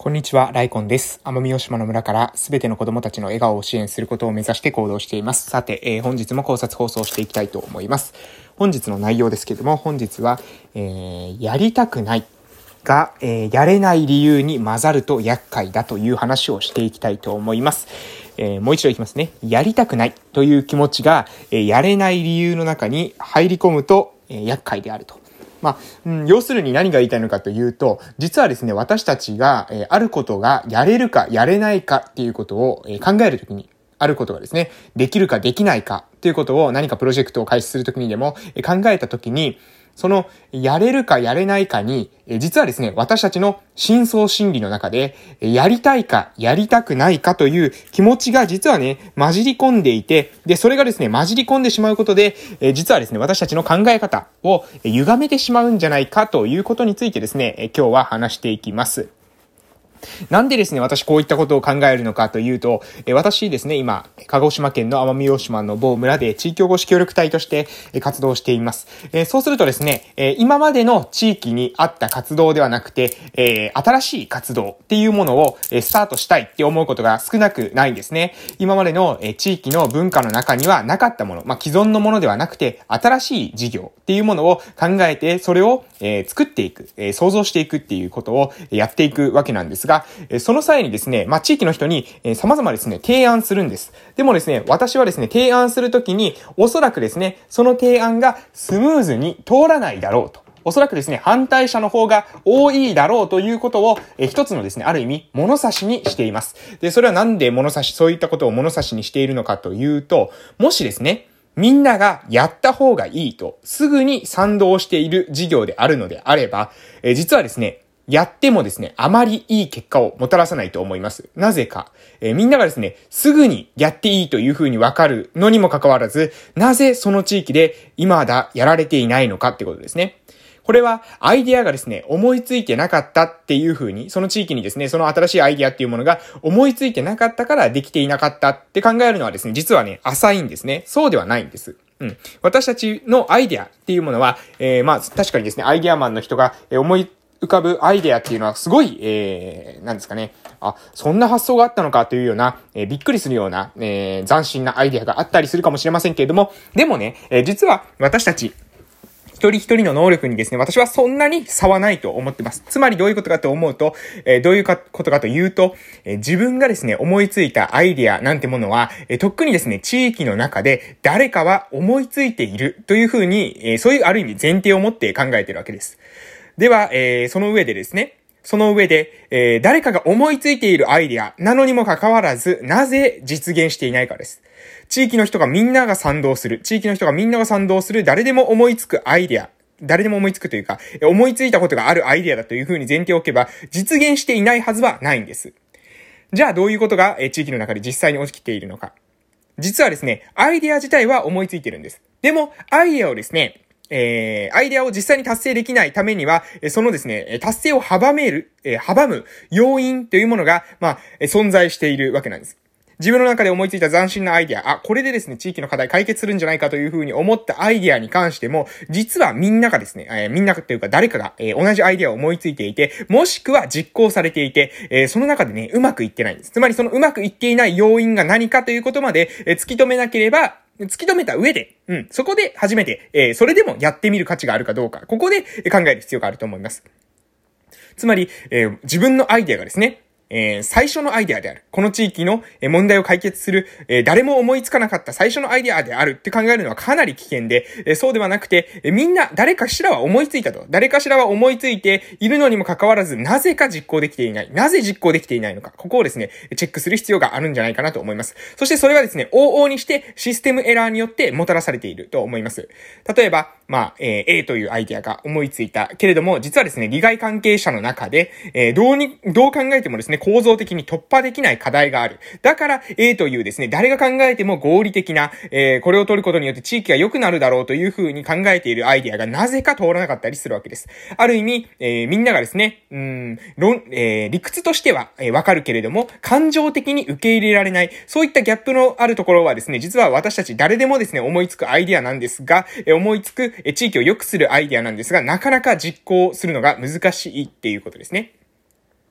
こんにちは、ライコンです。奄美大島の村からすべての子供たちの笑顔を支援することを目指して行動しています。さて、本日も考察放送していきたいと思います。本日の内容ですけれども、本日は、やりたくないが、やれない理由に混ざると厄介だという話をしていきたいと思います。もう一度いきますね。やりたくないという気持ちが、やれない理由の中に入り込むと、厄介であると。要するに何が言いたいのかというと、実はですね、私たちが、あることがやれるかやれないかっていうことを、考えるときに、あることがですね、できるかできないかということを何かプロジェクトを開始するときにでも、考えたときに、その、やれるかやれないかに、実はですね、私たちの深層心理の中で、やりたいか、やりたくないかという気持ちが実はね、混じり込んでいて、で、それがですね、混じり込んでしまうことで、実はですね、私たちの考え方を歪めてしまうんじゃないかということについてですね、今日は話していきます。なんでですね、私こういったことを考えるのかというと、私ですね、今、鹿児島県の奄美大島の某村で地域おこし協力隊として活動しています。そうするとですね、今までの地域にあった活動ではなくて、新しい活動っていうものをスタートしたいって思うことが少なくないんですね。今までの地域の文化の中にはなかったもの、既存のものではなくて、新しい事業っていうものを考えて、それを作っていく、創造していくっていうことをやっていくわけなんですが、その際にですね、地域の人に様々ですね、提案するんです。でもですね、私はですね、提案するときに、おそらくですね、その提案がスムーズに通らないだろうと。おそらくですね、反対者の方が多いだろうということを、一つのですね、ある意味、物差しにしています。で、それはなんでそういったことを物差しにしているのかというと、もしですね、みんながやった方がいいと、すぐに賛同している事業であるのであれば、実はですね、やってもですね、あまりいい結果をもたらさないと思います。なぜか、みんながですね、すぐにやっていいというふうにわかるのにもかかわらず、なぜその地域で今だやられていないのかってことですね。これはアイデアがですね、思いついてなかったっていう風に、その地域にですね、その新しいアイデアっていうものが思いついてなかったからできていなかったって考えるのはですね、実はね、浅いんですね。そうではないんです。私たちのアイデアっていうものは、確かにですね、アイデアマンの人が思い浮かぶアイデアっていうのはすごい、なんですかね。そんな発想があったのかというような、びっくりするような、斬新なアイデアがあったりするかもしれませんけれども、でもね、実は私たち、一人一人の能力にですね、私はそんなに差はないと思ってます。つまりどういうことかと思うと、どういうことかというと、自分がですね、思いついたアイデアなんてものは、とっくにですね、地域の中で誰かは思いついているというふうに、そういうある意味前提を持って考えているわけです。では、その上で、誰かが思いついているアイデアなのにもかかわらず、なぜ実現していないかです。地域の人がみんなが賛同する、誰でも思いつくアイデア、誰でも思いつくというか、思いついたことがあるアイデアだというふうに前提を置けば、実現していないはずはないんです。じゃあ、どういうことが地域の中で実際に起きているのか。実はですね、アイデア自体は思いついてるんです。でも、アイデアを実際に達成できないためには、そのですね、達成を阻む要因というものが、存在しているわけなんです。自分の中で思いついた斬新なアイデア、これでですね、地域の課題解決するんじゃないかというふうに思ったアイデアに関しても、実はみんながですね、みんなというか誰かが、同じアイデアを思いついていて、もしくは実行されていて、その中でね、うまくいってないんです。つまりそのうまくいっていない要因が何かということまで、突き止めた上で、そこで初めて、それでもやってみる価値があるかどうか、ここで考える必要があると思います。つまり、自分のアイデアがですね、最初のアイデアである。この地域の問題を解決する、誰も思いつかなかった最初のアイデアであるって考えるのはかなり危険で、そうではなくて、みんな誰かしらは思いついたと。誰かしらは思いついているのにもかかわらず、なぜか実行できていない。なぜ実行できていないのか。ここをですね、チェックする必要があるんじゃないかなと思います。そしてそれはですね、往々にしてシステムエラーによってもたらされていると思います。例えば、A というアイデアが思いついたけれども、実はですね、利害関係者の中で、どう考えてもですね、構造的に突破できない課題がある。だから A というですね、誰が考えても合理的な、これを取ることによって地域が良くなるだろうというふうに考えているアイデアがなぜか通らなかったりするわけです。ある意味、みんながですね、理屈としてはわかるけれども、感情的に受け入れられない、そういったギャップのあるところはですね、実は私たち誰でもですね、思いつくアイデアなんですが、思いつく地域を良くするアイデアなんですが、なかなか実行するのが難しいっていうことですね。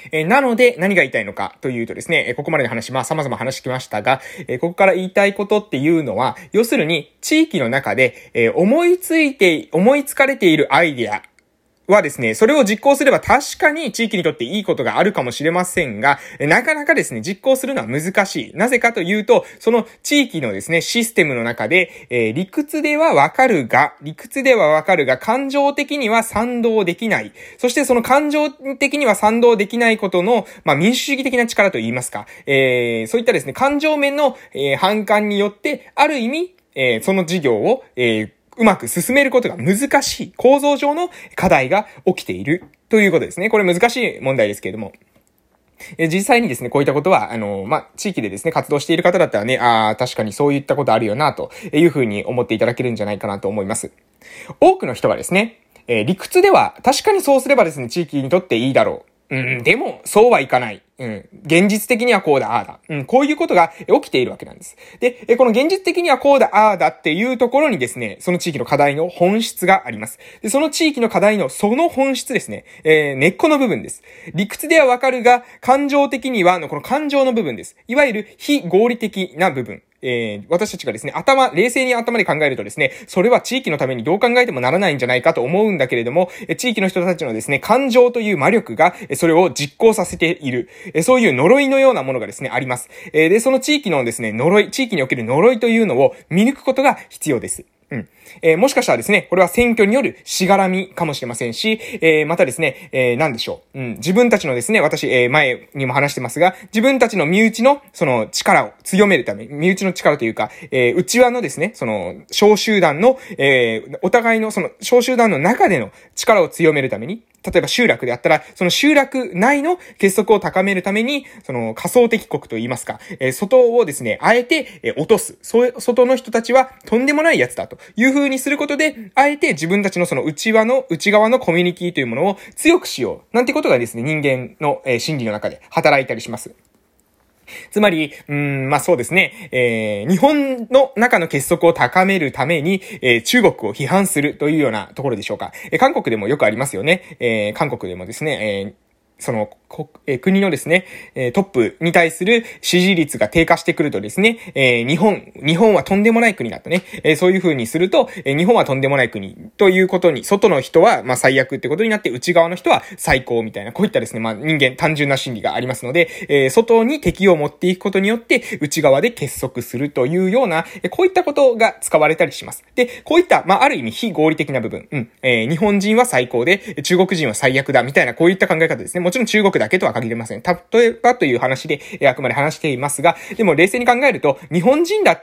なので、何が言いたいのかというとですね、ここまでの話、様々話してきましたが、ここから言いたいことっていうのは、要するに、地域の中で、思いつかれているアイデア、はですね、それを実行すれば確かに地域にとっていいことがあるかもしれませんが、なかなかですね、実行するのは難しい。なぜかというと、その地域のですね、システムの中で、理屈ではわかるが、感情的には賛同できない。そしてその感情的には賛同できないことの、民主主義的な力といいますか、そういったですね、感情面の、反感によって、ある意味、その事業を、うまく進めることが難しい構造上の課題が起きているということですね。これ難しい問題ですけれども。実際にですね、こういったことは、地域でですね、活動している方だったらね、確かにそういったことあるよな、というふうに思っていただけるんじゃないかなと思います。多くの人はですね、理屈では確かにそうすればですね、地域にとっていいだろう。でも、そうはいかない。現実的にはこうだ、ああだ。こういうことが起きているわけなんです。で、この現実的にはこうだ、ああだっていうところにですね、その地域の課題の本質があります。で、その地域の課題のその本質ですね、根っこの部分です。理屈ではわかるが、感情的にはこの感情の部分です。いわゆる非合理的な部分。私たちがですね、冷静に頭で考えるとですね、それは地域のためにどう考えてもならないんじゃないかと思うんだけれども、地域の人たちのですね、感情という魔力が、それを実行させている、そういう呪いのようなものがですね、あります。で、その地域のですね、地域における呪いというのを見抜くことが必要です。もしかしたらですね、これは選挙によるしがらみかもしれませんし、またですね、なんでしょう。自分たちのですね、私、前にも話してますが、自分たちの身内の、その力を強めるため、身内の力というか、内輪のですね、その、小集団の、お互いのその、小集団の中での力を強めるために、例えば集落であったら、その集落内の結束を高めるために、その仮想敵国といいますか、外をですね、あえて、落とす。外の人たちはとんでもないやつだという風にすることで、あえて自分たちのその内側のコミュニティというものを強くしよう。なんてことがですね、人間の、心理の中で働いたりします。つまり、そうですね、日本の中の結束を高めるために、中国を批判するというようなところでしょうか。韓国でもよくありますよね。韓国でもですね、その、国のですね、トップに対する支持率が低下してくるとですね、日本はとんでもない国だとね、そういう風にすると、日本はとんでもない国ということに、外の人は最悪ってことになって、内側の人は最高みたいな、こういったですね、人間単純な心理がありますので、外に敵を持っていくことによって、内側で結束するというような、こういったことが使われたりします。で、こういった、ある意味非合理的な部分、日本人は最高で、中国人は最悪だみたいな、こういった考え方ですね。もちろん中国だけとは限りません。例えばという話で、あくまで話していますが、でも冷静に考えると、日本人だって、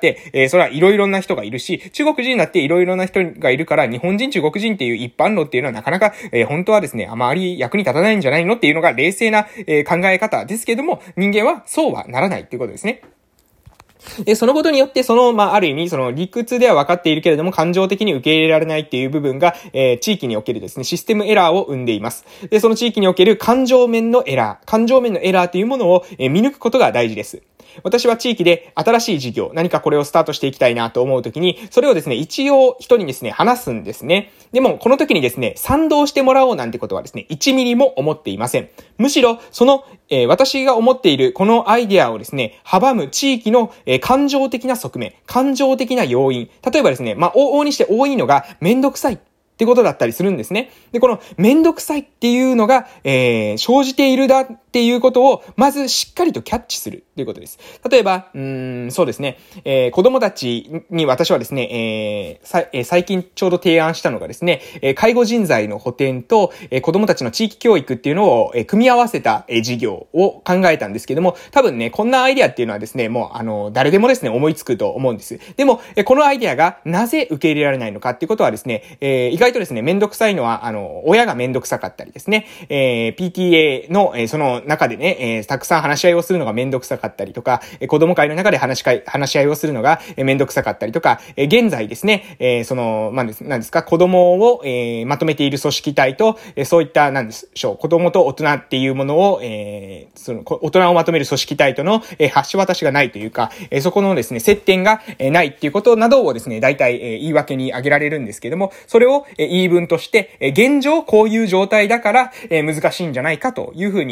それはいろいろな人がいるし、中国人だっていろいろな人がいるから、日本人、中国人っていう一般論っていうのはなかなか、本当はですね、あまり役に立たないんじゃないのっていうのが冷静な、考え方ですけども、人間はそうはならないっていうことですね。そのことによって、ある意味、理屈では分かっているけれども、感情的に受け入れられないっていう部分が、地域におけるですね、システムエラーを生んでいます。で、その地域における感情面のエラーというものを、見抜くことが大事です。私は地域で新しい事業、何かこれをスタートしていきたいなと思うときに、それをですね、一応人にですね、話すんですね。でも、この時にですね、賛同してもらおうなんてことはですね、1ミリも思っていません。むしろ、私が思っているこのアイデアをですね、阻む地域の、感情的な側面、感情的な要因。例えばですね、往々にして多いのが、めんどくさいってことだったりするんですね。で、このめんどくさいっていうのが、生じているだっていうことを、まずしっかりとキャッチするということです。例えば、そうですね、子供たちに私はですね、最近ちょうど提案したのがですね、介護人材の補填と、子供たちの地域教育っていうのを、組み合わせた、事業を考えたんですけども、多分ね、こんなアイデアっていうのはですね、もう誰でもですね、思いつくと思うんです。でも、このアイデアがなぜ受け入れられないのかっていうことはですね、意外とですね、めんどくさいのは、親がめんどくさかったりですね、PTA の、その中でね、たくさん話し合いをするのがめんどくさかったりとか、子供会の中で話し合いをするのがめんどくさかったりとか、現在ですね、何ですか、子供を、まとめている組織体と、そういった、何でしょう、子供と大人っていうものを、大人をまとめる組織体との、橋渡しがないというか、そこのですね、接点がないっていうことなどをですね、大体、言い訳に挙げられるんですけども、それを、言い分として、現状こういう状態だから、難しいんじゃないかというふうに言うわけです。 。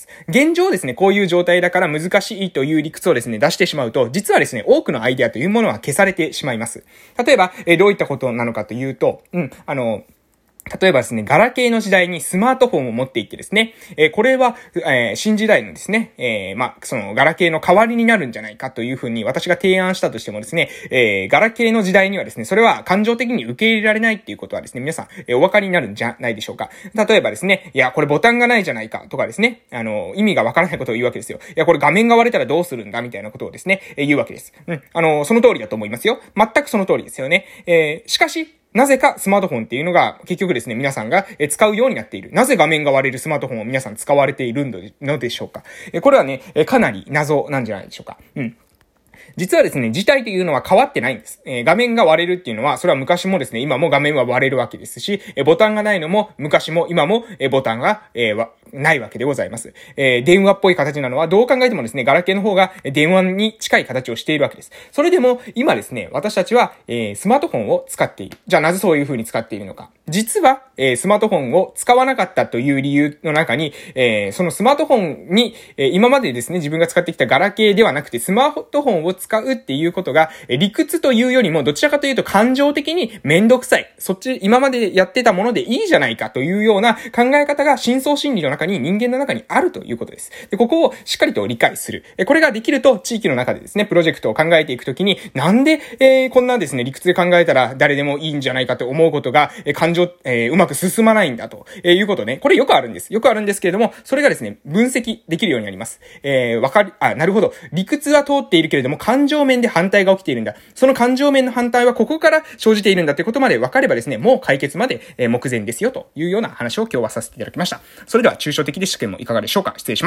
現状ですね、こういう状態だから難しいという理屈をですね、出してしまうと、実はですね、多くのアイデアというものは消されてしまいます。例えば、どういったことなのかというと、例えばですね、ガラケーの時代にスマートフォンを持っていってですね、これは、新時代のですね、そのガラケーの代わりになるんじゃないかというふうに私が提案したとしてもですね、ガラケーの時代にはですね、それは感情的に受け入れられないっていうことはですね、皆さん、お分かりになるんじゃないでしょうか。例えばですね、いや、これボタンがないじゃないかとかですね、意味がわからないことを言うわけですよ。いや、これ画面が割れたらどうするんだみたいなことをですね、言うわけです。その通りだと思いますよ。全くその通りですよね。しかし、なぜかスマートフォンっていうのが結局ですね、皆さんが使うようになっている。なぜ画面が割れるスマートフォンを皆さん使われているのでしょうか。これはね、かなり謎なんじゃないでしょうか。実はですね、事態というのは変わってないんです。画面が割れるっていうのは、それは昔もですね、今も画面は割れるわけですし、ボタンがないのも昔も今もボタンが、ないわけでございます。電話っぽい形なのはどう考えてもですね、ガラケーの方が電話に近い形をしているわけです。それでも今ですね、私たちは、スマートフォンを使っている。じゃあなぜそういう風に使っているのか。実は、スマートフォンを使わなかったという理由の中に、そのスマートフォンに、今までですね、自分が使ってきたガラケーではなくてスマートフォンを使うっていうことが、理屈というよりもどちらかというと感情的にめんどくさい。そっち、今までやってたものでいいじゃないかというような考え方が深層心理の中に人間の中にあるということです。で、ここをしっかりと理解する。これができると地域の中でですね、プロジェクトを考えていくときに、なんで、こんなですね、理屈で考えたら誰でもいいんじゃないかと思うことが、感情、うまく進まないんだと、いうことね。これよくあるんです。よくあるんですけれども、それがですね、分析できるようになります。なるほど。理屈は通っているけれども、感情面で反対が起きているんだ。その感情面の反対はここから生じているんだということまで分かればですね、もう解決まで、目前ですよというような話を今日はさせていただきました。それでは抽象的で試験もいかがでしょうか。失礼します。